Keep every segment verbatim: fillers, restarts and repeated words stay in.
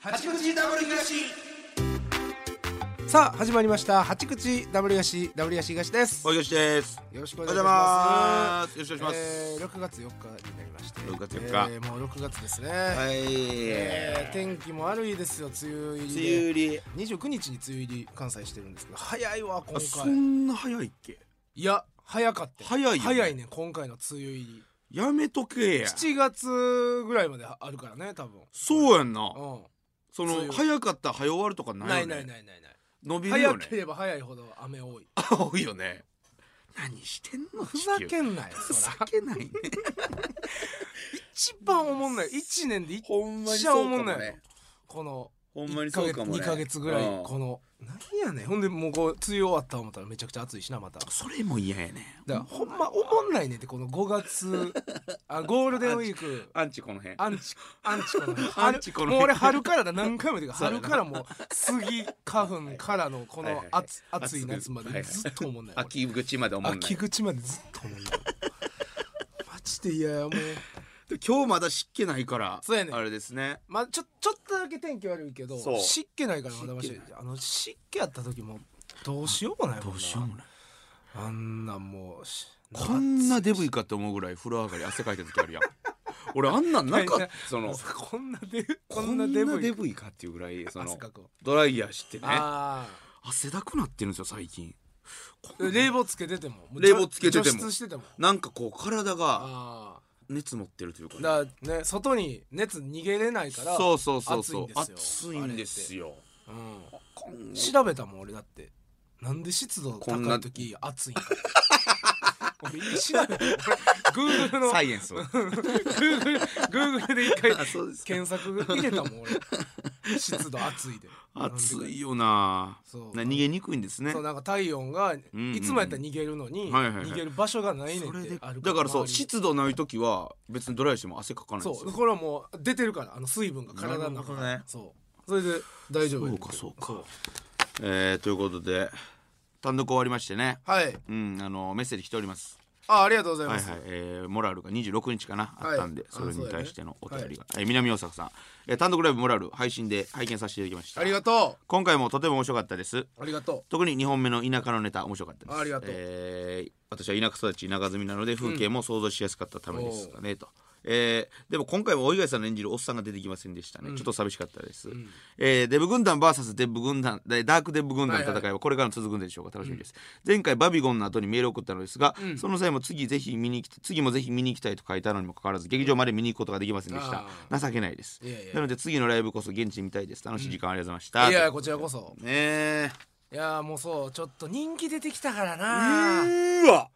八口ダブル東。さあ始まりました八口ダブル東、ダブル東東です。 お東です。 よろしくお願いします。 よろしくお願いします。 えー、ろくがつよっかになりまして、 ろくがつよっか、 えー、もうろくがつですね。 はい、 えー、天気も悪いですよ。梅雨入りで梅雨入りにじゅうくにちに梅雨入り関西してるんですけど、早いわ今回。 そんな早いっけ。 いや早かった。 早いよ、ね、 早いね今回の梅雨入り。 やめとけや。 しちがつぐらいまであるからね多分。 そうやんな、 うん、 その早かったら早終わるとかないよね。 ないないないないない。 伸びるよね。 早ければ早いほど雨多い。 多いよね。何してんの。 ふざけんなよ。 ふざけないね。 一番おもんない。いちねんで一番おもんない。このほんまにそうかもね。 にかげつぐらい、うん、この何やねん。ほんでもうこう梅雨終わった思ったらめちゃくちゃ暑いしなまた。 それも嫌やね。 だからほんまおもんないねってこのごがつあゴールデンウィークアンチこの辺アンチアンチこの辺アンチこの辺。 もう俺春からだ何回も言うけど春からもう杉花粉からのこの暑暑い夏までずっとおもんない。 秋口までおもんない。 秋口までずっとおもんない。マジで嫌やもう。 今日まだ湿気ないからそうやねん。 あれですね。 まあちょちょっとだけ天気悪いけど湿気ないからまだまし。あの湿気やった時もどうしようもないもんな。 どうしようもない。 あんなもうこんなデブいかって思うぐらい風呂上がり汗かいた時あるやん。俺あんなんなかった。そのこんなデブこんなデブいかっていうぐらいそのドライヤーしてね汗だくなってるんですよ最近。 冷房つけてても冷房つけてても除湿しててもなんかこう体が熱持ってるというかね。 だからね外に熱逃げれないからそうそうそうそう暑いんですよ。 暑いんですよ。 うん、調べたもん俺だってなんで湿度高い時暑いんか。俺調べた。Google のサイエンスを Google, Google で一回検索入れたもん俺。湿度暑いで暑いよな。そう逃げにくいんですね。 そうなんか体温がいつもやったら逃げるのに逃げる場所がないねんってあるから。 だからそう湿度ない時は別にドライしても汗かかないんですよ。 そうこれはもう出てるからあの水分が体の中から、そうそれで大丈夫。 そうかそうか。えー、ということで単独終わりましてね。 はい、 うん、あのメッセージ来ております。 あ, ありがとうございます。 はいはい、えー、モラルがにじゅうろくにちかな、はい、あったんでそれに対してのお便りが、はい、えー、南大阪さん、えー、単独ライブモラル配信で拝見させていただきました。 ありがとう。 今回もとても面白かったです。 ありがとう。 特ににほんめの田舎のネタ面白かったです。 ありがとう。 えー、私は田舎育ち田舎住みなので風景も想像しやすかったためですかね、うん、と。えー、でも今回は大東さんの演じるおっさんが出てきませんでしたね、うん、ちょっと寂しかったです、うん、えー、デブ軍団 ブイエス デブ軍団ダークデブ軍団の戦いはこれから続くんでしょうか。楽しみです、うん、前回バビゴンの後にメールを送ったのですが、うん、その際も次ぜひ見に来て次もぜひ見に行きたいと書いたのにもかかわらず劇場まで見に行くことができませんでした。情けないです。いやいやなので次のライブこそ現地に見たいです。楽しい時間ありがとうございました、うん、 いやこちらこそね。 いやもうそうちょっと人気出てきたからな。 うーわ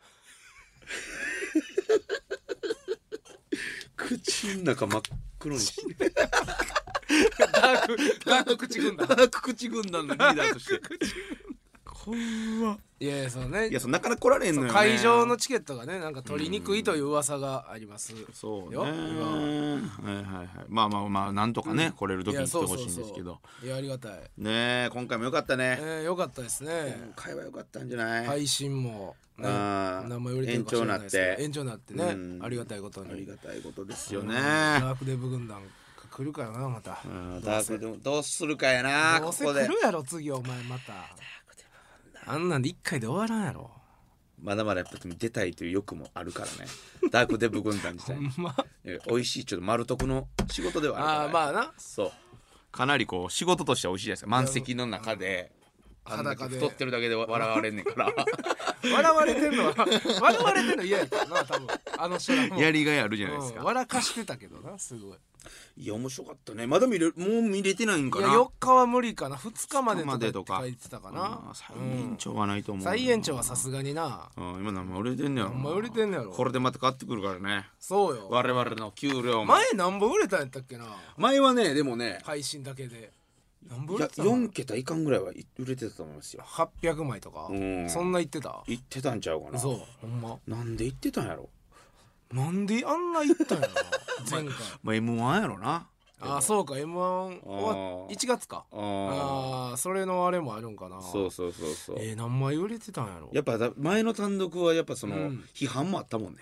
口の中真っ黒にしてダークダーク口軍団ダーク口軍団のリーダーとしてこわ。 いやいやそうね。 いやそうなかなか来られんのよね。 会場のチケットがねなんか取りにくいという噂があります。 そうね。はいはいはい。まあまあまあなんとかね、うん、来れる時に来てほしいんですけど。 いやありがたい。 ねえ今回も良かったね。 えー、良かったですね。 今回は良かったんじゃない。 配信も。ね、 あ延長なって延長なってね、うん、ありがたいことにありがたいことですよね。 ダークデブ軍団が来るからなまた。 ダークデブどうするかやな。 どうせ来るやろ次お前また。あんなんで一回で終わらんやろ。 まだまだやっぱ出たいという欲もあるからね。ダークデブ軍団自体。ほんま。美味しいちょっと丸徳の仕事ではあるから、ね。 ああまあな。 そう。かなりこう仕事としては美味しいじゃないですか。満席の中で。あんだけ太ってるだけで笑われんねんから笑われてんのは笑われてんの嫌やったな多分あの人らもやりがいあるじゃないですか、 うん、笑かしてたけどなすごい。 いや面白かったね。まだ見れもう見れてないんかな。 いやよっかは無理かな。ふつかまでとか書いてたかな。 再延長はないと思う。 再延長はさすがにな。 今何枚売れてんねやろ。 何枚売れてんねやろ。 これでまた買ってくるからね。 そうよ我々の給料も。 前何本売れたんやったっけな。 前はねでもね配信だけでいやよんけたいかんぐらいは売れてたと思いますよ。 はっぴゃくまいとか、うん、そんな言ってた言ってたんちゃうかな。 そうほんまなんで言ってたんやろ。 なんであんな言ったんやろな前回まあ エムワン やろな。 あそうか エムワン はいちがつか。ああそれのあれもあるんかな。 そうそうそうそう。 えー、何枚売れてたんやろ。 やっぱ前の単独はやっぱその、うん、批判もあったもんね。 あ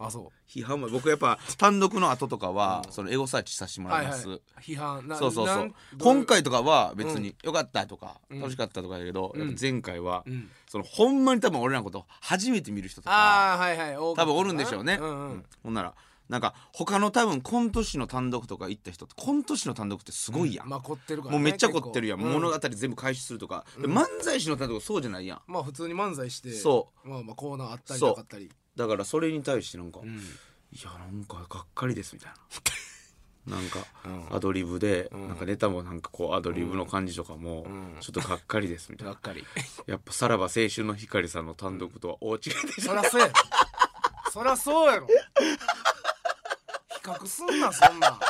あそう批判も僕やっぱ単独の後とかは、 うん、 そのエゴサーチさせてもらいます、 はいはい、批判なそうそうそうう今回とかは別に良かったとか、 うん、 楽しかったとかだけど、 うん、 やっぱ前回は、 うん、 そのほんまに多分俺らのこと初めて見る人とかあ、はいはい、多多分おるんでしょうね、 うんうんうん、ほんならなんか他の多分コント師の単独とか行った人ってコント師の単独ってすごいやん、 うん、まあ凝ってるから、ね、 もうめっちゃ凝ってるやん、 うん、 物語全部回収するとか、 うん、 漫才師の単独そうじゃないやん、 まあ普通に漫才して、 そうまあまあコーナーあったりなかったり、 だからそれに対してなんか、 うん、 いやなんかがっかりですみたいななんか、 うん、 アドリブで、 うん、 なんかネタもなんかこうアドリブの感じとかも、うん、ちょっとがっかりですみたいな、 がっかりやっぱさらば青春の光さんの単独とは大違いでしそらそうやろそらそうやろ比較すんなそんな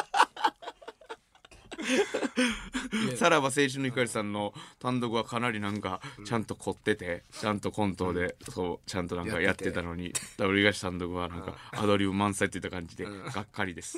さらば青春の光さんの単独はかなりなんかちゃんと凝ってて、ちゃんとコントでそうちゃんとなんかやってたのに、ダブル東単独はなんかアドリブ満載っていった感じでがっかりです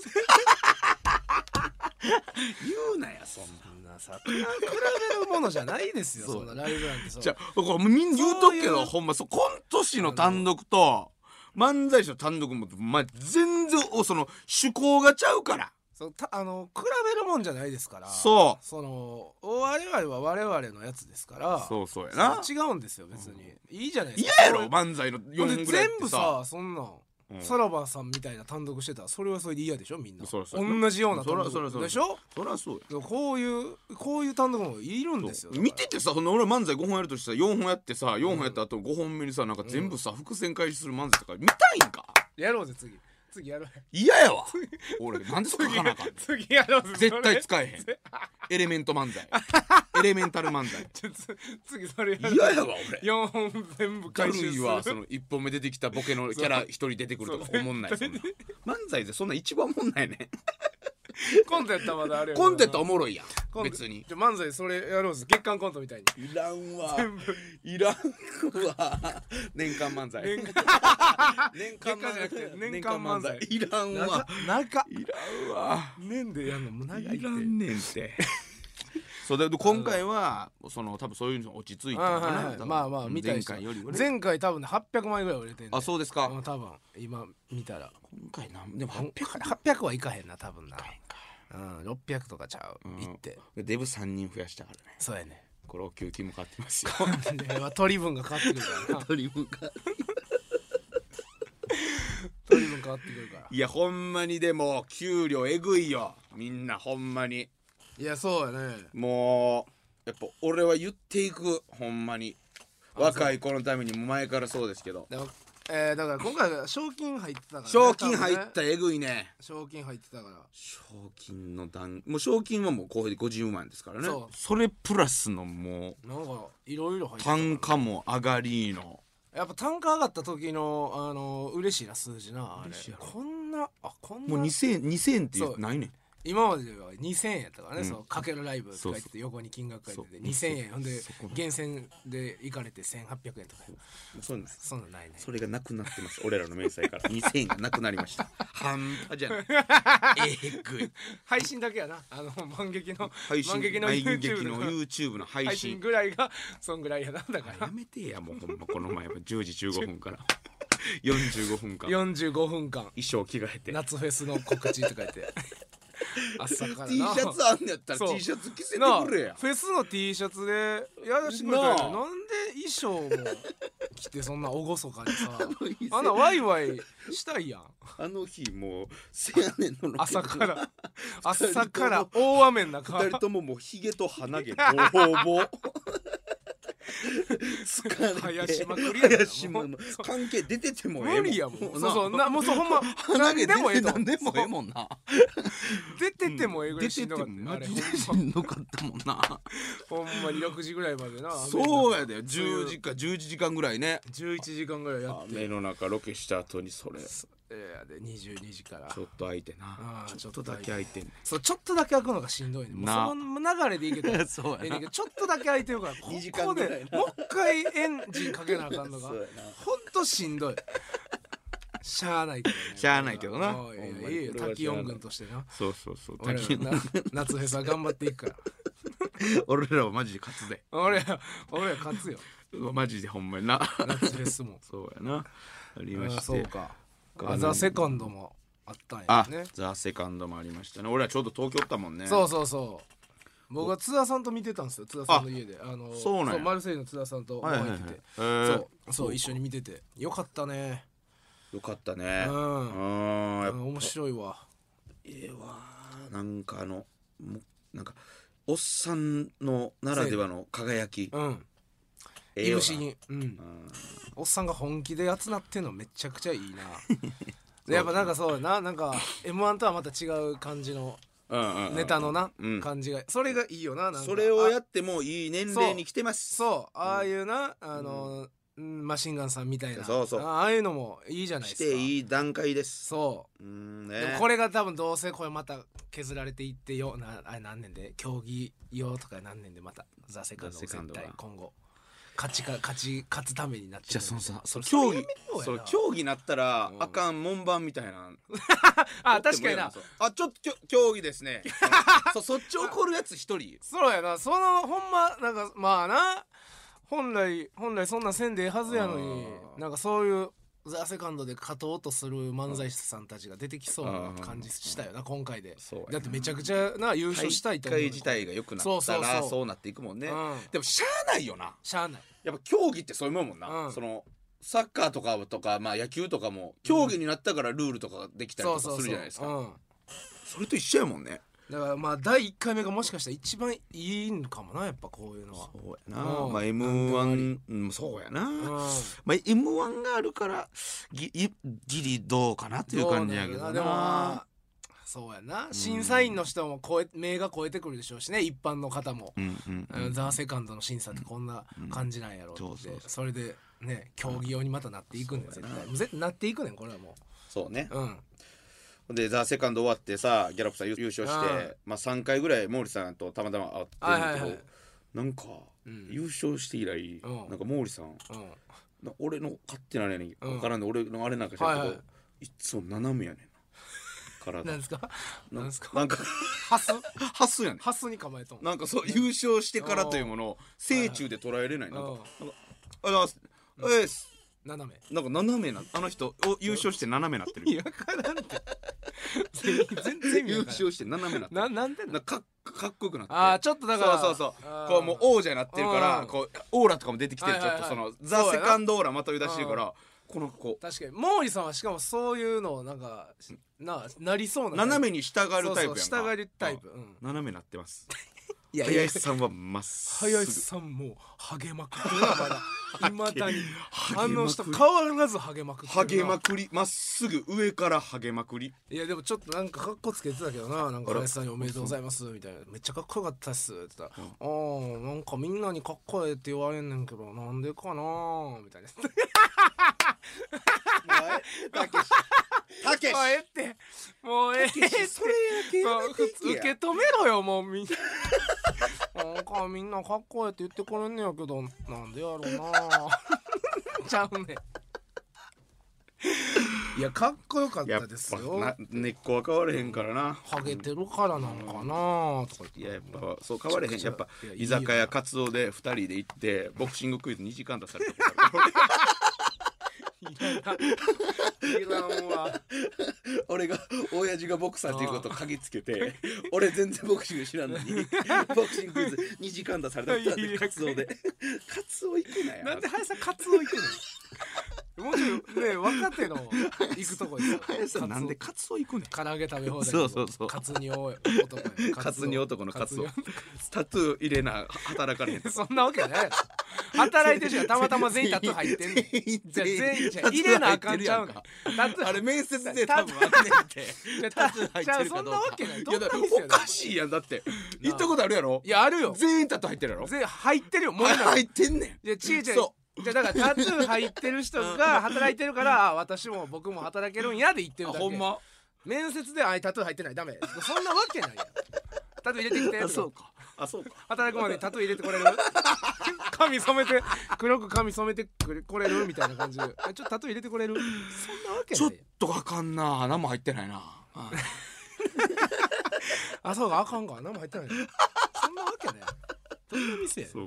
言うなやそんなさ比べるものじゃないですよそんなライブなんて。そうじゃあこれみんな言うとくけどほんまそうコント師の単独と漫才師の単独も、まあ、全然その趣向がちゃうからそうたあの比べるもんじゃないですから。 そうその我々は我々のやつですから。 そうそうやな。 違うんですよ別に、うん、いいじゃないですか。嫌やろ漫才のよんぐらいってさ全部さそんなんうん、 さらばさんみたいな単独してたらそれはそれで嫌でしょみんな。 そらそう同じような単独そらそらでしょ。 そらそうや。 こういうこういう単独もいるんですよ。 見ててさ、その俺漫才ごほんやるとしてさよんほんやってさよんほんやった後ごほんめにさなんか全部さ、うん、伏線回収する漫才とか見たいんか。 やろうぜ次次やろう。 嫌やわ俺なんでそこ書かなあかんねん。 次やろうぜ絶対使えへんエレメント漫才エレメンタル漫才ちょ次それやろう。 嫌やわ俺よんほん全部回収する。 だるいわそのいっぽんめ出てきたボケのキャラひとり出てくるとかおもんない。そんな漫才でそんな一番おもんないねんコントやったらまだあれよ。 コントやったらおもろいやん別に。 じゃ漫才それやろうぜ月間コントみたいに。 いらんわいらんわ年間漫才年間じゃなくて年間漫才いらんわ長っいらんわ年でやんのも長いっていらんねんってそうだ今回はその多分そういうの落ち着いたのかな、 はいはい、まあまあ見たい前回よりはね。 前回多分ねはっぴゃくまいぐらい売れてんね。 あそうですか。 多分今見たら今回なんでもはっぴゃくはっぴゃくはいかへんな多分な。うんろっぴゃくとかちゃう、うん、いってデブさんにん増やしたからね。 そうやね。 これお給金も変わってますよ取り分が変わってくるからな取り分が取り分変わってくるから。 いやほんまにでも給料えぐいよみんなほんまに。 いやそうやね。 もうやっぱ俺は言っていくほんまに若い子のためにも前からそうですけど。 だから、えー、だから今回は賞金入ってたから、ね、 賞金入ったえぐいね。 賞金入ってたから賞金の段もう賞金はもう公平でごじゅうまんですからね。そ, それプラスのもうなんかいろいろ入ってた単価も上がりのやっぱ単価上がった時のあの嬉しいな数字なあれ。こんなあこんなもうにせんえんにせんえんってないねん。 今まではにせんえんやったからね、 うん、 そうかけるライブって書いてて横に金額書いててにせんえんほんで厳選で行かれてせんはっぴゃくえんとか。 そんなそんなないね。 それがなくなってます俺らの明細からにせんえんがなくなりました半端じゃないえぐい配信だけやなあの万劇の配信万劇の YouTube の YouTube の配信配信ぐらいがそんぐらいやな。だからやめてやもうほんまこの前じゅうじじゅうごふんからよんじゅうごふんかんよんじゅうごふんかん衣装着替えて夏フェスの告知とか言って朝からな T シャツあんねやったら T シャツ着せてくれや。 フェスの T シャツでやらしてくれたらなんで衣装も着てそんな厳かにさあんなワイワイしたいやん。 あの日もうせやねんの朝から朝から大雨の中ふたりとももうひげと鼻毛ボーボー疲れて生やしまくりやな。 生やしまも関係出ててもええもん。 無理やもん。そうそうなもうそうほんま鼻毛何でもええと何でもええもんな。 出ててもええぐらいしんどかった、 うん、あれしんどかったもんなほんまにろくじぐらいまでな。 そうやでじゅうじかじゅういちじかんぐらいねじゅういちじかんぐらいやって雨の中ロケした後にそれえー、でにじゅうにじからちょっと空いてなちょっとだけ空いてんねん。 そうちょっとだけ開くのがしんどいねん。もうその流れでいいけどそうやなちょっとだけ空いてるからここでもう一回エンジンかけなあかんのがほんとしんどいしゃあないけどね。 しゃあないけどな。 いやいいよ滝四軍としてな。 そうそうそう俺ら夏フェスは頑張っていくから俺らはマジで勝つで。 俺ら俺ら勝つよマジでほんまにな夏フェスもそうやなありまして。 そうかあザ・セカンドもあったんやあね。 ザ・セカンドもありましたね。俺らちょうど東京おったもんね。 そうそうそう僕は津田さんと見てたんですよ。津田さんの家であのそうなんやマルセイユの津田さんとはいはいはい見てて、 へーそうそう一緒に見ててよかったね。 よかったね。 ううんんやっぱ面白いわ。 ええわ。なんかあのもうなんかおっさんのならではの輝き。 うんええよないぶしに、うん、 うんおっさんが本気で集まってんのめちゃくちゃいいなでやっぱなんかそうやななんか エムワン とはまた違う感じのうんうんうんネタのな、 うん感じがそれがいいよな。なんかそれをやあってもいい年齢に来てます。 そうああいうなあの、うんマシンガンさんみたいなそうそうああいうのもいいじゃないでしすか。 ていい段階です。 そううんね。 でもこれが多分どうせこれまた削られていってよなあれ何年で競技用とか何年でまたザ・セカンドも絶ザセカンドは対今後勝ちか勝ち勝つためになってじゃあそのさそのれ競技やめろやなその競技なったらうんあかん門番みたいな。 あ確かになあちょっときょ競技ですね。そそっち怒るやつ一人。 そうやなそのほんまなんかまあな本来本来そんなせんでええはずやのにあーなんかそういうザ・セカンドで勝とうとする漫才師さんたちが出てきそうな感じしたよな今回で。 そうやなだってめちゃくちゃな優勝したいと思う大会自体が良くなったらそうそうそうそうなっていくもんね。 うんでもしゃあないよな。 しゃあないやっぱ競技ってそういうもんもんな、 うんそのサッカーとかとか、まあ、野球とかも競技になったからルールとかできたりとかするじゃないですか。 うんそれと一緒やもんね。 だからまあだいいっかいめがもしかしたら一番いいんかもなやっぱこういうのは。 そうやな、 うんまあ、エムワン、うん、そうやな、 うんまあ、エムワン があるからぎギリどうかなっていう感じやけどな。 でもまあそうやな審査員の人も超え目が超えてくるでしょうしね一般の方も、 うんうんうん、 ザ・セカンドの審査ってこんな感じなんやろうって、 うんそうそうそうそれでね競技用にまたなっていくねん絶対絶対なっていくねんこれはもそうね、 ううんでザ・セカンド終わってさギャロップさん優優勝してうんまあ、さんかいぐらい毛利さんとたまたま会ってるけど、 はいはいはいなんか、 うん優勝して以来、 うんなんか毛利さんうんな俺の勝手なあれやねんうん分からんで、俺のあれなんか知らんけど、 はいはいいつも斜めやねんな体なんですかなんですかなんかハスハスやねん。 ハスに構えとんなんかそう優勝してからというものを成中で捉えれない。なんかうんなんかありがとうございますえーす斜めなんか斜めなあの人お優勝して斜めなってる。 いやからんって全然意味優わからん勝して斜めなってる。 ななんでななんかかっかっこよくなって。 あーちょっとだからそうそうそうあーこうもう王者になってるからうんこうオーラとかも出てきてる。ちょはいはいはいっとそのそうやなザ・セカンドオーラまとい出してるからこのこ確かに毛利さんはしかもそういうのをなんかななりそううな斜めに従うタイプやんか。 そうそう従るタイプうんうん斜めなってます。 いやいや林さんはまっすぐ。 林さんも励まくってるなまだいまだにあ励まくりの人変わらず励まくってるな励まくりまっすぐ上から励まくり。 いやでもちょっとなんかかっこつけてたけどななんかあら林さんにおめでとうございますみたいなめっちゃかっこよかったっすって言ったら、あーなんかみんなにかっこええって言われんねんけどなんでかなみたいなたけしたけしもうええってもうええってそれやけそうやめて受け止めろよもうみんななんかみんなかっこええって言ってくれんねやけどなんでやろうなちゃうねんいやかっこよかっやったですよぱな根っこは変われへんからな。 ハゲてるからなのかなとか言っていややっぱそう変われへん。やっぱいやいいよ居酒屋カツオでふたりで行ってボクシングクイズにじかん出されたことある。 いらんわ俺が親父がボクサーっていうことを嗅ぎつけて俺全然ボクシング知らんのにボクシングクイズにじかん出されたことあってカツオでカツオ行くなよ。 なんで林さんカツオ行くのもうちょいね若手の行くとこですよ林さんなんでカツオ行くねん。 唐揚げ食べ放題そうそうそうカツ煮男やカツ煮男のカツオカツタトゥー入れな働かれへん。 煮そんなわけない働いてる人がたまたま全員タトゥー入ってんねんじゃあ全員じゃあ入れなあかんちゃうねんタトゥーあれ面接で多分あんねんってじゃあタトゥー入ってるかどうか。 じゃあそんなわけないいやだどんな店やねんおかしいやんだって行ったことあるやろ。 いやあるよ全員タトゥー入ってるやろ。 全員入ってるよもう入ってんねん。 いや違う違うそじゃあだからタトゥー入ってる人が働いてるからあ私も僕も働けるんやで言ってるだけ。 ほんま面接であいタトゥー入ってないダメそんなわけないやんタトゥー入れてきてあそうかあそうか働くまでタトゥー入れてこれる髪染めて黒く髪染めてくれこれるみたいな感じでちょっとタトゥー入れてこれるそんなわけちょっないやんとあかんな何も入ってないな。 あそうかあかんか何も入ってないそんなわけないどんな店やねんそうか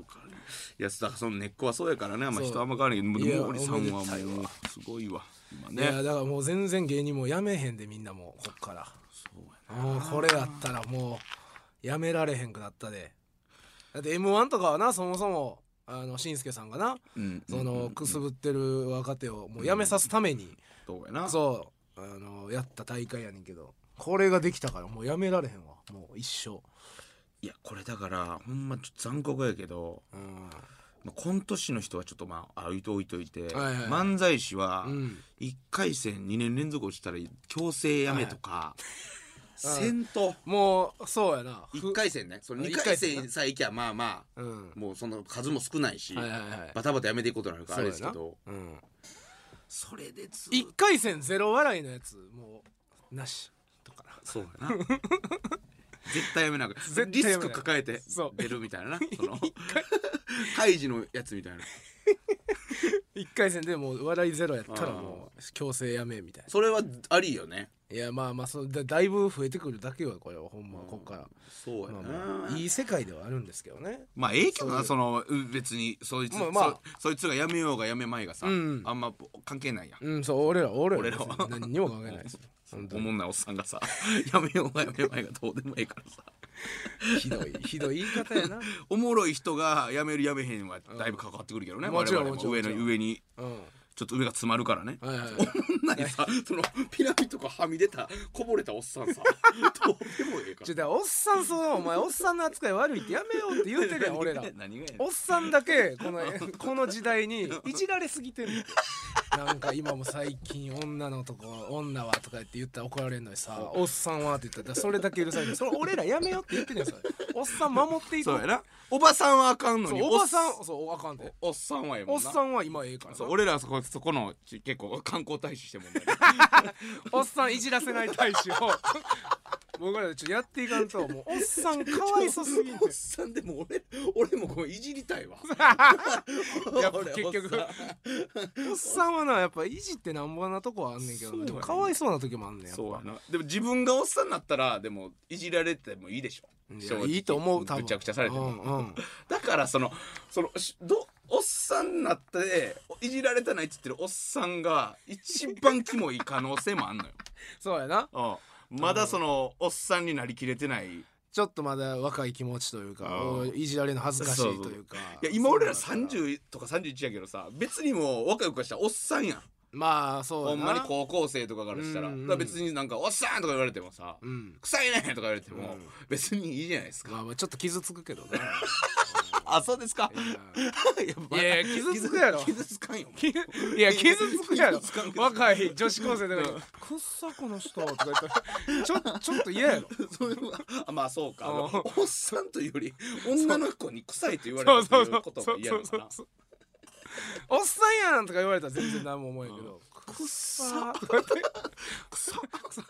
いやだからその根っこはそうやからね、まあ、人はあんま変わらないけどいや毛利さんはもうおめでたいわすごいわ今いね。 やだからもう全然芸人もやめへんでみんなもうこっからそうやもうこれやったらもうやめられへんくなったで。だって エムワン とかはなそもそもあのしんすけさんがな、 うん、 そのくすぶってる若手をもうやめさすために、 そうやな。 そうあのやった大会やねんけど、これができたからもうやめられへんわもう一生。 いやこれだからほんまちょっと残酷やけど、 うんまあ、コント師の人はちょっとまあ置いといといて、 はいはいはい漫才師はうんいっかい戦にねん連続落ちたら強制やめとか、せんともうそうやな。 いっかい戦ね、そのにかい戦さえ行きゃまあまあ、 うん、 もうその数も少ないし、 はいはいはい、 バタバタやめていくことになるからあれですけど、 うん、 それでずいっかい戦ゼロ笑いのやつもうなしとかな。 そうやな絶対やめなく絶対リスやめないク抱えてそう出るみたいななそのカイジのやつみたいないっかい戦でもう笑いゼロやったらもう強制やめみたいな。 それはありよね。 いやまあまあそう だ, だいぶ増えてくるだけよこれはほんまこっから。 そうやな、 まあまあいい世界ではあるんですけどね。 まあええけどな、その別にそいつ、 まあまあ、 そ, そいつがやめようがやめまいがさ、 うん、 あんま関係ないやん。 うんそう俺ら俺ら俺らは何にも関係ないですよおもんないおっさんがさやめようがやめまいがどうでもええからさひどいひどい言い方やなおもろい人がやめるやめへんはだいぶ関わってくるけどね、 うん、もちろん我々も上のもちろん上に、 うん、 ちょっと上が詰まるからね、 はいはいはい、 おもんないさそのピラミッドがはみ出たこぼれたおっさんさどうでもええからちょだからおっさんそうお前おっさんの扱い悪いってやめようって言うてるやん俺ら。 何がやねんおっさんだけこのこの時代にいじられすぎてるってなんか今も最近女のとこ女はとか言って言ったら怒られるのにさおっさんはって言ったらそれだけ許される。それ俺らやめようって言ってるやんそれ。おっさん守っていこう。 そうやな、おばさんはあかんのにそうおばさんそうあかんておっさんはええもんな。 おっさんは今ええからそう俺らはそこそこのち結構観光大使してもんねおっさんいじらせない大使を僕らでちょっとやっていかんともうおっさんかわいそすぎんおっさんでも俺俺もこういじりたいわやっぱ結局おっさんはなやっぱいじってなんぼなとこはあんねんけど、ね、でもかわいそうな時もあんねんやっぱ。 そうやな。でも自分がおっさんになったらでもいじられてもいいでしょ。 いやいいと思う多分ぐちゃぐちゃされても、 うんうん、 だからそのそのどおっさんになっていじられたないっつってるおっさんが一番キモい可能性もあんのよそうやな。 うんまだそのおっさんになりきれてない、 ちょっとまだ若い気持ちというかいじられるの恥ずかしいというか。 いや今俺らさんじゅうとかさんじゅういちやけどさ別にもう若い子からしたらおっさんやん。 まあそうやなほんまに高校生とかからしたら、 うんうんだから別になんか「おっさん!」とか言われてもさ「 うん、 臭いね!」とか言われても、 うん別にいいじゃないですか。 まあまあちょっと傷つくけどなあそうですか。 いやいや傷つくやろ傷つかんよ。 いや傷つくやろ傷つかんけど若い女子高生とかに「くっさこの人」とか言ったらちょちょっと嫌やろそれはあまあそうか。あのうんおっさんというより女の子に臭いと言われたということが嫌なのかな。 おっさんやんとか言われたら全然何も思うやけど「くっさ」とか言って「くっさ」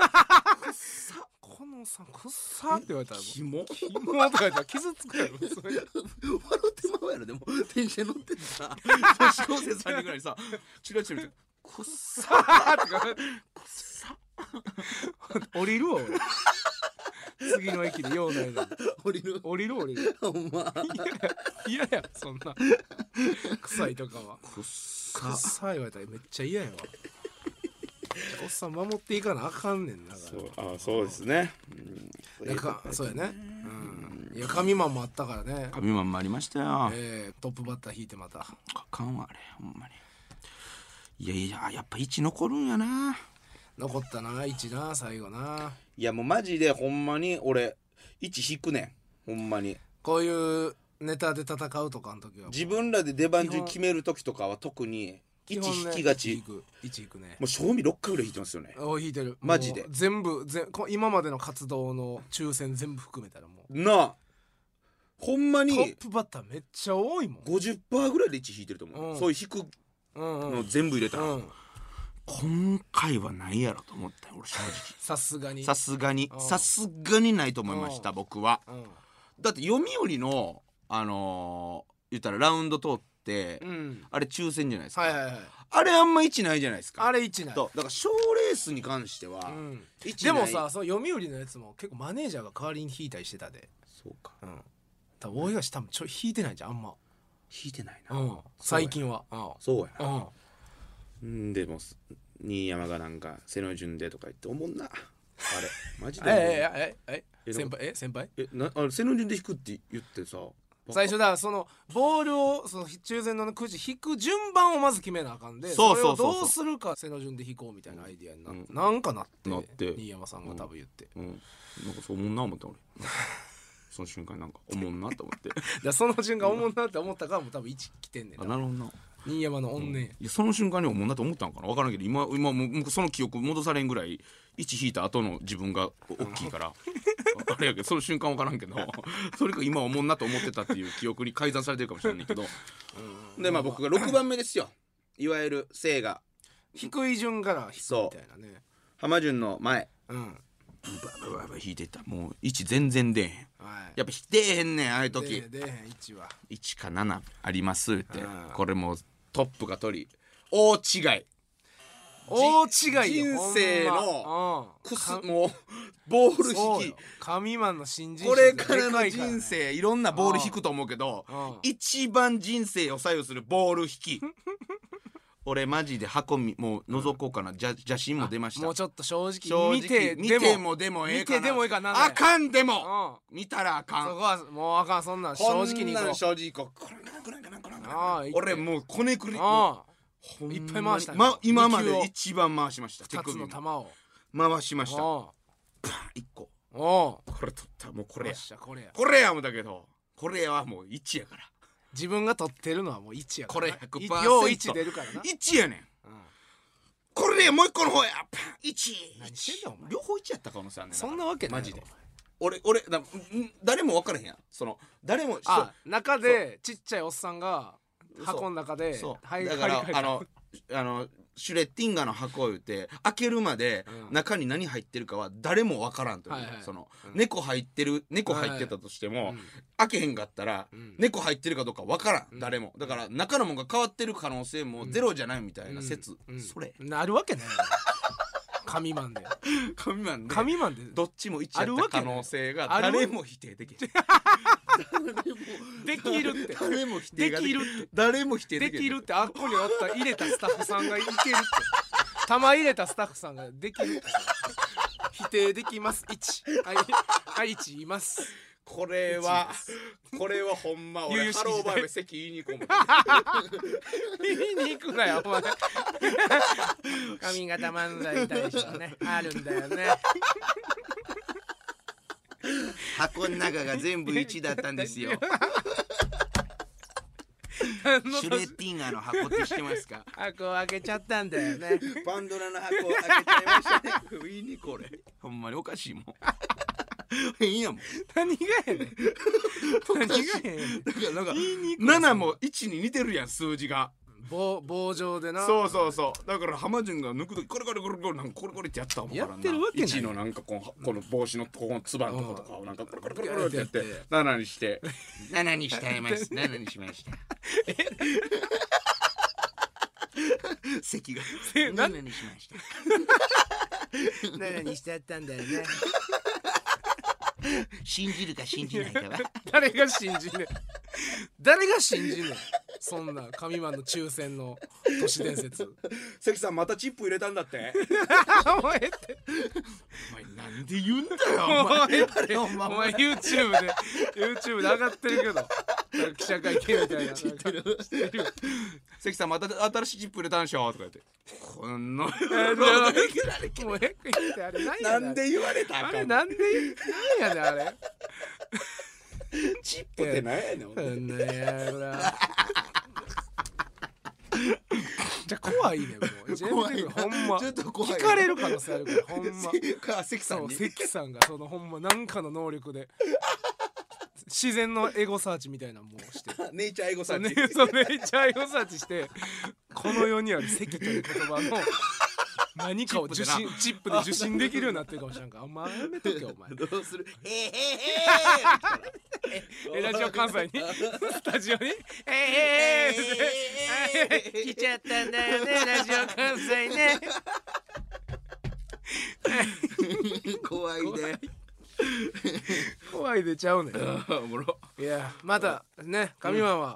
このおっさんくっさって言われたらもうキモキモとか言ったら傷つくやろそれ笑ってまうやろ。でも電車乗っててさ女子高生さんにんぐらいさチラチラ見て「くっさ」 とかくっさ降りるわ俺次の駅で用ないのに降りる降りる降りるほんまいやいやそんな臭いとかはくっさくっさ言われたらめっちゃ嫌やわおっさん守っていかなあかんねんだからあそうですね、 うん、なんかそうやね、うん、いや神マンもあったからね神マンもありましたよ、 えー、トップバッター引いてまたあかんわあれほんまに。いやいややっぱいち残るんやな。 残ったないちな最後な。 いやもうマジでほんまに俺いち引くねんほんまに。 こういうネタで戦うとかの時は自分らで出番順決める時とかは特にいち引きがち、 いち引くいち引くね。 もう賞味ろっかいぐらい引いてますよね。 お引いてるマジで全部ぜこ今までの活動の抽選全部含めたらもうなあほんまにトップバッターめっちゃ多いもん。 ごじゅっパーセント ぐらいでいち引いてると思う、 うんそういう引くうんうんの全部入れたら、 うん今回はないやろと思ったよ俺正直さすがにさすがにうんさすがにないと思いましたうん僕は。 うんだって読売のあのー、言ったらラウンド通って、 うんあれ抽選じゃないですか、 はいはいはいあれあんま位置ないじゃないですか。 あれいちないとだから賞レースに関しては、 うん位置ないでもさその読売のやつも結構マネージャーが代わりに引いたりしてたで。 そうかうん多分大東多分ちょ引いてないじゃんあんま引いてないな、 うん、最近はそうやな、 うんんでも新山がなんか背の順でとか言っておもんなあれマジでえええええ先輩え先輩えなあれ背の順で引くって言ってさ最初だそのボールをその中前のくじ引く順番をまず決めなあかんで、 そうそうそうそうれをどうするか背の順で引こうみたいなアイディアにな,、 うんなんかなってなって新山さんが多分言って、 うんなんかそう思んな思った俺その瞬間なんか思んなと思ってだからその瞬間思うなって思ったからもう多分いち来てんねんなあなるほどな新山の怨念、 いやその瞬間に思んなと思ったんかな分からんけど今今もうその記憶戻されんぐらいいち引いた後の自分が大きいからあれやけどその瞬間分からんけどそれか今思んなと思ってたっていう記憶に改ざんされてるかもしれないけどでまあ僕がろくばんめですよいわゆる姓が低い順から引くみたいなね浜順の前うんババババ引いてったもういち全然出えへんはいやっぱ出えへんねんああいう時出えへんいちはいちかななありますってうんこれもうトップが取り大違い大違いよ人生のほんまくすうんもうボールそうよ引き神マンの新人これからのでかいね人生いろんなボール引くと思うけどうん一番人生を左右するボール引き俺マジで箱みもう覗こうかな邪邪神も出ましたもうちょっと正正直直見て見でもてもでもええかな見てでもええかなあかんでうもん見たらあかんそこはもうあかんそんなん正こん直に行こなん正直こうこれかなこれかなこれかなああ俺もうこねくりうあほんまにいっぱい回したねま今ま二球をで一番回しました手ふたつ首もの球を回しましたおパン一個うおうこれ取ったもうこれやよっしゃこれやこれやもんだけどこれはもういちやから自分が取ってるのはもういちやからこれ ひゃくパーセントよういち出るからないちやねんうんこれでもう一個の方やパンいち何してんだお前両方いちやった可能性あんねんそんなわけないマジで俺俺だん誰も分からへんやんその誰もあ中でちっちゃいおっさんが箱の中でそうはいだからはいはいあのあのシュレッティンガーの箱を言って開けるまでうん中に何入ってるかは誰も分からんという、 はいはいその、 うん猫入ってる猫入ってたとしても、 うん開けへんかったら、 うん猫入ってるかどうか分からん、 うん誰もだから中のものが変わってる可能性もゼロじゃないみたいな説、 うんうんそれなるわけない神マンで神マンで神マンでどっちもいちやった可能性があるわけ誰も否定できないできるって誰も否定ができできるって誰も否定できないできるってあっこにおった入れたスタッフさんがいけるって玉入れたスタッフさんができるって否定できますいちはいはいいちいますこれはこれはほんま俺悠々しきハローバイブ席言いに行こうもん見に行くなよお前髪型漫才大賞ねあるんだよね箱の中が全部いちだったんですよシュレッティンガーの箱って知ってますか箱を開けちゃったんだよねパンドラの箱を開けちゃいましたね言いにこれほんまにおかしいもん変やもん何がやねん何がやねんだからなんか言いにくいななもいちに似てるやん数字が棒棒状でなそうそうそうだから浜順が抜くときコリコリコリコリなんかコリコリってやったもんやってるわけないいちのなんかこのこの帽子のこのつばんとことかをなんかコリコリコリコリってやってやってやってななにしてななにしちゃいますななにしました席がえななにしました何にしてやったんだよね信じるか信じないかは誰が信じんねん誰が信じんねんそんな神マンの抽選の都市伝説関さんまたチップ入れたんだってお前ってお前なんで言うんだよおお前前ってお前 YouTube で YouTube で上がってるけどなんか記者会見みたいな知ってる知ってる関さんまた新しいチップ入れたんでしょとか言ってこのもうええあれ何やねんなんで言われたあれなんで何やねんあれチップって何やねんそんなやらじゃあ怖いねもうじゃあやめてくれほんまちょっと怖い聞かれる可能性あるからほんまか関さんにそう関さんがそのほんま何かの能力で自然のエゴサーチみたいなのもうしてネイチャーエゴサそうねーチそうネイチャーエゴサーチしてこの世にある関という言葉の何かを受信チップで受信できるようになってるかもしれんからお前やめとけお前どうするえへへえラジオ関西にスタジオにええええ来ちゃったんだよねラジオ関西ね怖いね怖いでちゃうねんおもろいやまたね神マンは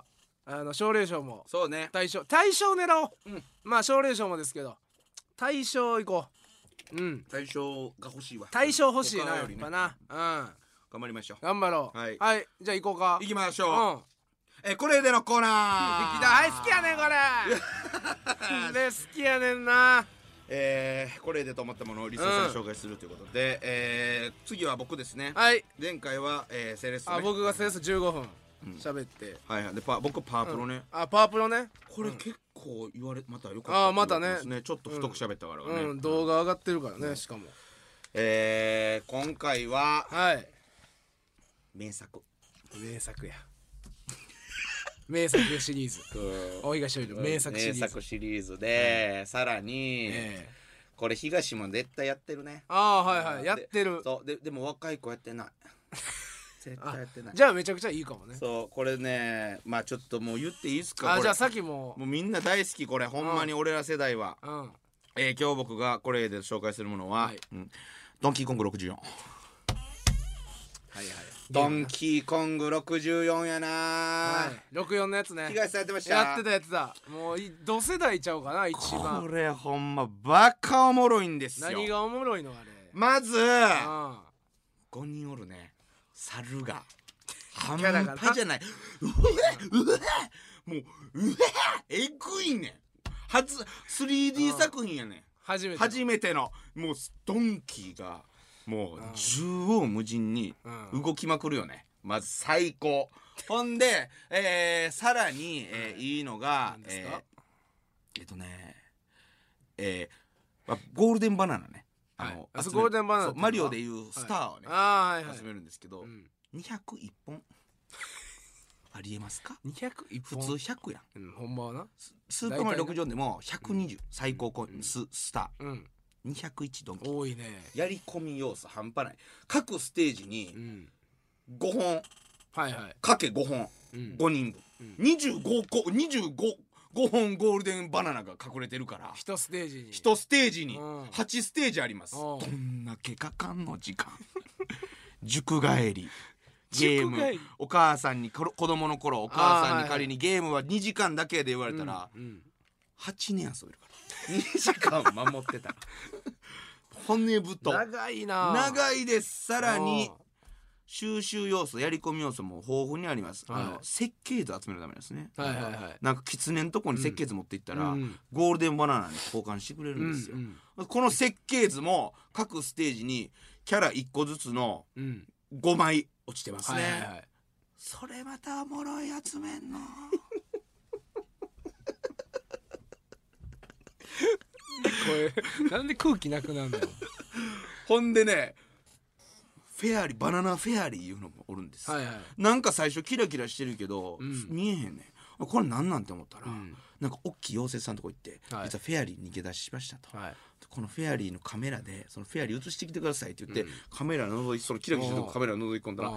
あの奨励賞もそうね。 大賞大賞狙おう、 うんまあ奨励賞もですけど大賞行こう。うん、 大賞が欲しいわ。 大賞欲しいなやっ他よりねぱな。うん、 頑張りましょう。 頑張ろう。 はいはいじゃあ行こうか。 行きましうんょう。えこれでのコーナー。 できた。はい好きやねんこれで好きやねんな。 えー、これでと思ったものをリスナーさんに紹介するということで、えー、次は僕ですね。 はい前回は、えー、セレッソね。 あ僕がセレッソじゅうごふんうん喋って、 はいはいでパ僕パワープロね、 あパワープロね。 これ結構言われまたよかったあーまたねって言われてますちょっと太く喋ったからね、 うん動画上がってるからねしかも。 えー、今回ははい名作名作や名作シリーズ大東より名作シリーズ。 名作シリーズで、さらに、 ええこれ東も絶対やってるね。 ああはいはいやってる。 そうででも若い子やってない絶対やってない。 じゃあめちゃくちゃいいかもね。 そうこれねまあちょっともう言っていいですか。これあじゃあさっきももうみんな大好きこれほんまに俺ら世代は、 うんえー、今日僕がこれで紹介するものは、 はいうん、ドンキーコングろくじゅうよん。 はいはいドンキーコングろくじゅうよんやな、 はいろくじゅうよんのやつね。 東さんやってました。 やってたやってた。もうい同世代ちゃうかな一こ番。 れほんまバカおもろいんですよ。 何がおもろいのあれ。 まずあごにんおるね猿が半キャラがな端じゃない。うえうえもううええぐいねん。初 スリーディー 作品やねん。 初めて。 初めてのもうドンキーがもう縦横無尽にうん動きまくるよね。まず最高。ほんで、えー、さらに、えー、いいのが何ですかえー、えっとねえー、まあゴールデンバナナね。あの、 はいあ集めゴールデンバナナそうマリオでいうスターをね、 ああはいはい集めるんですけど、 うんにひゃくいっぽんありえますか。 にひゃくいっぽん普通ひゃくやん。 うんほんまはなスーパーマリオろくじゅうよんでもひゃくにじゅう、最高コイン、 うんススターうんにひゃくいちドンキ多いね。 やり込み要素半端ない。各ステージにうんごほんはいはいかけごほん、 うんごにんぶん、 うんにじゅうごこにじゅうごごほんゴールデンバナナが隠れてるから一ステージにいちステージにうんはちステージあります。 うんどんだけかかんの時間塾帰りゲーム塾帰りお母さんにころ子供の頃お母さんあーはいはいに仮にゲームはにじかんだけで言われたら、 うんうんはちねん遊べるからにじかん守ってたら骨太長いな。 長いです。さらにあ収集要素やり込み要素も豊富にあります、 はいあの設計図集めるためですね。 はいはいはいなんか狐のとこに設計図持っていったら、 うんゴールデンバナナに交換してくれるんですよ、 うんこの設計図も各ステージにキャラいっこずつのうんうんごまい落ちてますね、 はいはいはいそれまたおもろい集めんのこれなんで空気なくなるの。 ほんでねフェアリーバナナフェアリーいうのもおるんです、 はいはいなんか最初キラキラしてるけど、 うん見えへんねん。これなんなんて思ったら、 うんなんか大きい妖精さんのとこ行って、 はい実はフェアリー逃げ出しましたと、 はいこのフェアリーのカメラでそのフェアリー映してきてくださいって言って、 うんカメラ覗いそのキラキラしてるとこカメラ覗い込んだらああ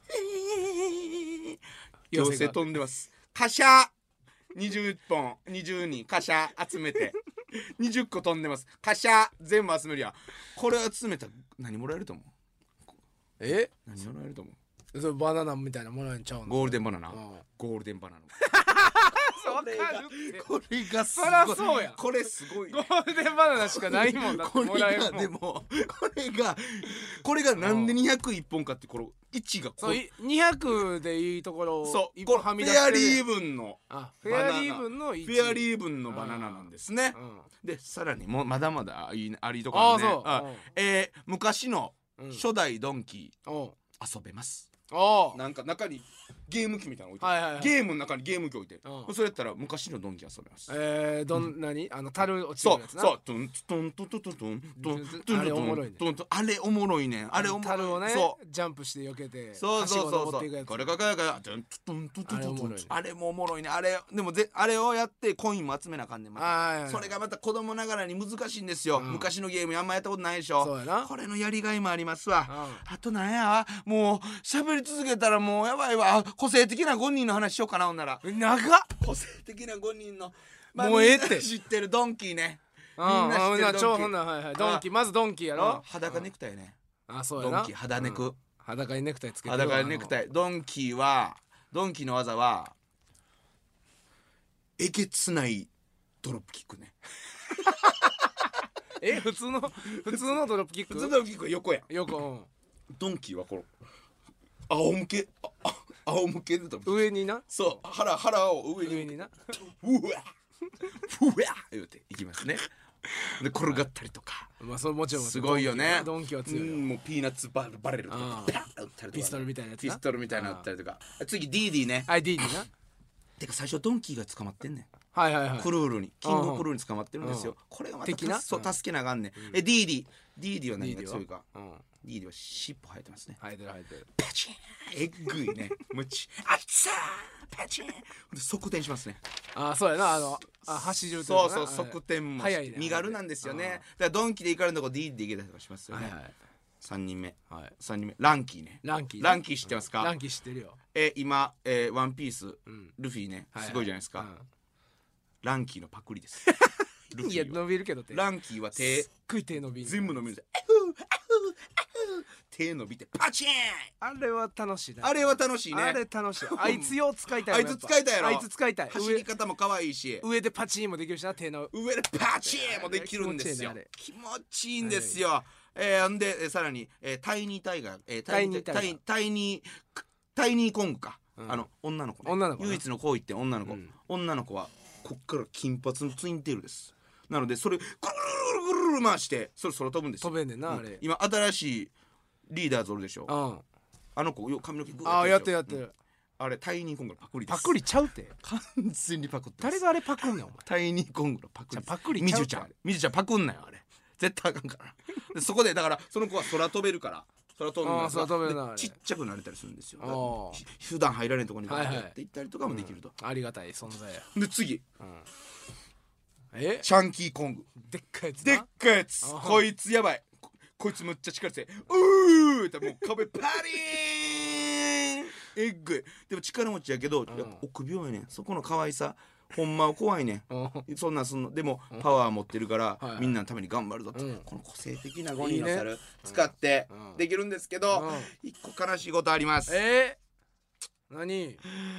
妖精飛んでます。カシャにじゅっぽんにじゅうにんカシャ集めてにじゅっこ飛んでます。カシャ全部集めるやん。これ集めたら何もらえると思う。 え何もらえると思う。 それバナナみたいなもらえんちゃうの。 ゴールデンバナナ、 ああゴールデンバナナわかるってこれがすごい。 そらそうやこれすごいね、 ゴールデンバナナしかないもんだってこれもらえるもん。 がでもこれがこれがなんでにひゃくいっぽんかってこのいちがこそういにひゃくでいいところをそう一このフ本はみ出してるェアリー分のあフェアリー分のフいちェアリー分のバナナなんですね。 うんでさらにもうまだまだいいありところね。 あそうあうんえー昔のうん初代ドンキおうー遊べます。 おうなんか中にゲーム機みたいなの置いて、 はいはいはいゲームの中にゲーム機置いて、 うんそれやったら昔のドンキ遊べます。 えーどんなにあの樽落ちてそうるやつな。 そうトントントントントントントントンあれおもろいねトントンあれおもろいねんあれおもろい樽をねそうジャンプして避けてそうそうそうそはしご登っていくやつうこれかこれかトントントントントントンあれおもろいねあれもおもろいねあれでもぜあれをやってコインも集めなあかんねんまたはいはいはいそれがまた子供ながらに難しいんですよ、 うん昔のゲームあんまやったことないでしょそうやなこれのやりがいもありますわ、 うんあとなんやもう喋り続けたらもうやばいわ個性的なごにんの話しようかなほんなら長っ個性的なごにんの、 もうええってみんな知ってるドンキーねうんみんな知ってるドンキーうん超ほんならはいはいドンキまずドンキやうんろ裸ネクタイねあそうやなドンキ肌ネクうん裸にネクタイつけてる裸ネクタイイドンキーはドンキーの技はえげつないドロップキックね。 え普通の普通のドロップキック普通のドロップキックは横やん。 横、うん、 ドンキーはこの仰向けああ仰向けでドロップキック上になそう腹腹を上に上になうわうわ言うていきますね。で転がったりとか、 まあそれもちろんすごいよね。 ドンキは強いよ。 もうピーナッツババレルとかピストルみたいなやつな。 ピストルみたいなのあったりとか。次 ディーディー ね。 はい ディーディー な。 てか最初ドンキーが捕まってんねん。 はいはいはい。 クルールにキングクルールに捕まってるんですよ。これがまたそう助けなあかんねん。え ディーディー ディーディー は何が強いか。ディーディー は尻尾生えてますね。 生えてる生えてる。 パチンえっぐいね。むちあっさーパチンで側転しますね。 ああそうやなあのあ走るそうそう側転も早いね。 身軽なんですよね。だからドンキで行かれるとこ ディーディー で行けたりとかしますよね。さんにんめさんにんめランキーね。 ランキーランキー知ってますか？ ランキー知ってるよ。 え今えワンピースルフィねすごいじゃないですか。ランキーのパクリです。 いや伸びるけど手。 ランキーは手すっごい手伸びる。 全部伸びるんですよ。手伸びてパチン。 あれは楽しいな。 あれは楽しいね。 あれ楽しい。あいつよう使いたい。 あいつ使いたいやろ。 あいつ使いたい。 走り方も可愛いし上でパチンもできるしな。手の上でパチンもできるんですよ。気持ちいいんですよ。えー、んでさらに、えー、タイニータイガー、えー、タイニータイタイニータイニーコングか、うん、あの女の子、ね、 女の子唯一の恋って女の子、うん、女の子はこっから金髪のツインテールです。なのでそれぐるぐるぐるぐる回してそれ空飛ぶんですよ。 飛べんねんな、うん、あれ今新しいリーダーズおるでしょ、うん、あの子よ髪の毛グーあやってるやってる、うん、 あれタイニーコングのパクリです。 パクリちゃうて完全にパクって誰があれパクんねんお前。 タイニーコングのパクリパクリみじゅちゃんみじゅちゃんパクんなよあれ絶対あかんからでそこでだからその子は空飛べるから空飛ぶのがちっちゃくなれたりするんですよ。普段入られんところにやっていったりとかもできると、 うん、ありがたい存在や。 で次、うん、 えチャンキーコングでっかいやつでっかいやつこいつやばい こ, こいつむっちゃ力強いうーってもう壁パリーンえっぐいでも力持ちやけど、うん、臆病やねん。そこの可愛さほんまは怖いねん。そんなんすんのでもパワー持ってるから、うん、みんなのために頑張るぞって、うん、この個性的なごにんの猿使ってできるんですけど、うん、一個悲しいことあります。 えー、何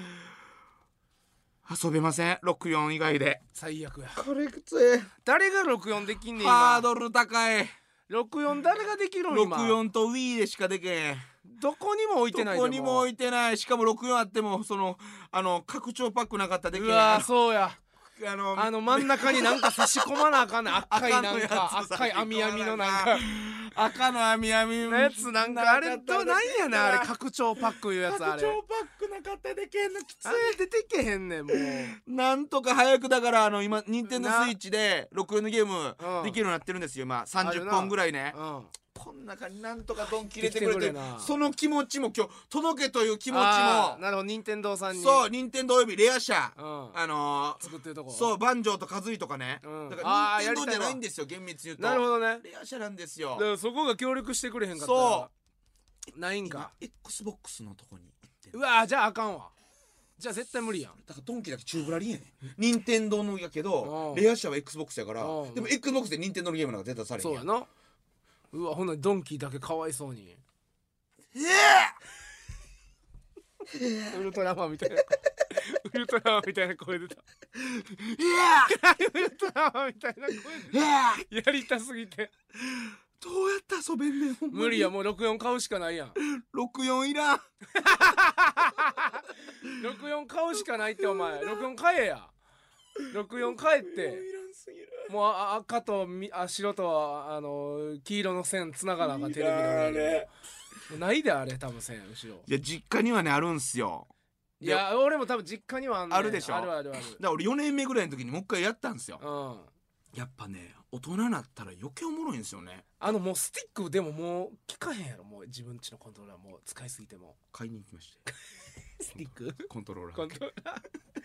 遊べませんろくじゅうよん以外で。 最悪や。 これきつい。 誰がろくじゅうよんできんねん今。 ハードル高い。 ろくじゅうよん誰ができるの今。 ろくじゅうよんと Wii でしかできへん。 どこにも置いてない。 どこにも置いてない。しかもろくじゅうよんあってもそのあの拡張パックなかったらできへん。 うわそうや。 あのあの真ん中になんか差し込まなあかんねん。赤いなんか赤い網網のなんか赤の網網のやつなんかあれどなんやねんあれ拡張パックいうやつあれ。 拡張パックなかったらできへんのきつい。 あれ出てけへんねんもう。 なんとか早くだからあの今任天堂スイッチでろくじゅうよんのゲームできるようになってるんですよ今さんじゅっぽんぐらいね。こん中になんとかドンキ入れてくれてその気持ちも今日届けという気持ちもなるほど任天堂さんにそう任天堂およびレア社、うん、あのー、 作ってるとこそうバンジョーとカズイとかね、うん、だから任天堂じゃないんですよ厳密に言うと。 なるほどね。 レア社なんですよ。 だからそこが協力してくれへんかったらそうないんか。 Xbox のとこに行ってる。 うわじゃああかんわ。じゃあ絶対無理やん。 だからドンキだけチューブラリーやねん任天堂のやけどレア社は Xbox やからでも Xbox で任天堂のゲームなんか絶対されへんやん。 そうやな。うわほんならドンキーだけかわいそうにウルトラマンみたいなウルトラマンみたいな声出たウルトラマンみたいな声出たやりたすぎてどうやって遊べんねん。 無理やもうろくじゅうよん買うしかないやん。 ろくじゅうよんいらんろくじゅうよん買うしかないってお前ろくじゅうよん買えやろくじゅうよん買えってもう赤とあ白とあの黄色の線つながなあかんテレビの上にないであれ多分線後ろ。 いや実家にはねあるんすよ。 いや俺も多分実家にはあんねん。 あるでしょ。 あるあるある。 だから俺よねんめぐらいの時にもう一回やったんすよ、 うん、 やっぱね大人になったら余計おもろいんですよね。 あのもうスティックでももう効かへんやろもう自分ちのコントローラーもう使いすぎても買いに行きましてスティックコントローラーコントローラー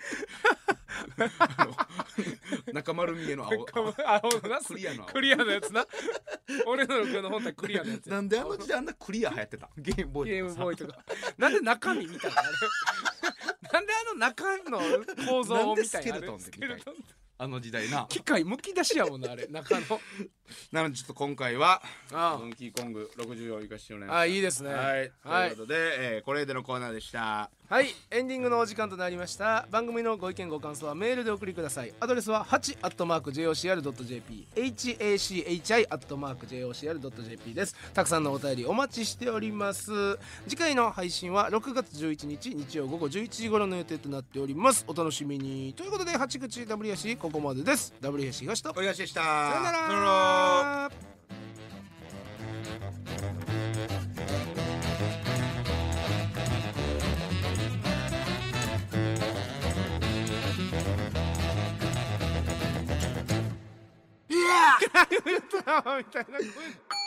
中丸見えの青青なクリアの青クリアのやつな俺のろくじゅうよんの本体クリアのやつなんであの時代あんなクリア流行ってたゲームボーイゲームボーイとかなんで中身みたいなあれなんであの中の構造を見たいななんでスケルトンってみたいあの時代な。 機械むき出しやもんなあれ中の。 なのでちょっと今回はあドンキーコングろくじゅうを生かしてもらいまあ、 した。 あいいですね。 はい、 はいということで、えーこれでのコーナーでした。 はい、エンディングのお時間となりました。番組のご意見ご感想はメールでお送りください。アドレスは はち アットマーク ジェイオーシーアール ドット ジェーピー ハチ アットマーク ジェイオーシーアール ドット ジェーピー です。たくさんのお便りお待ちしております。次回の配信はろくがつじゅういちにち日曜午後じゅういちじ頃の予定となっております。お楽しみに。ということで八口ダブリュー東ここまでです。ダブリュー東東とお東でした。 さよなさよなら。 ら。 みたいな声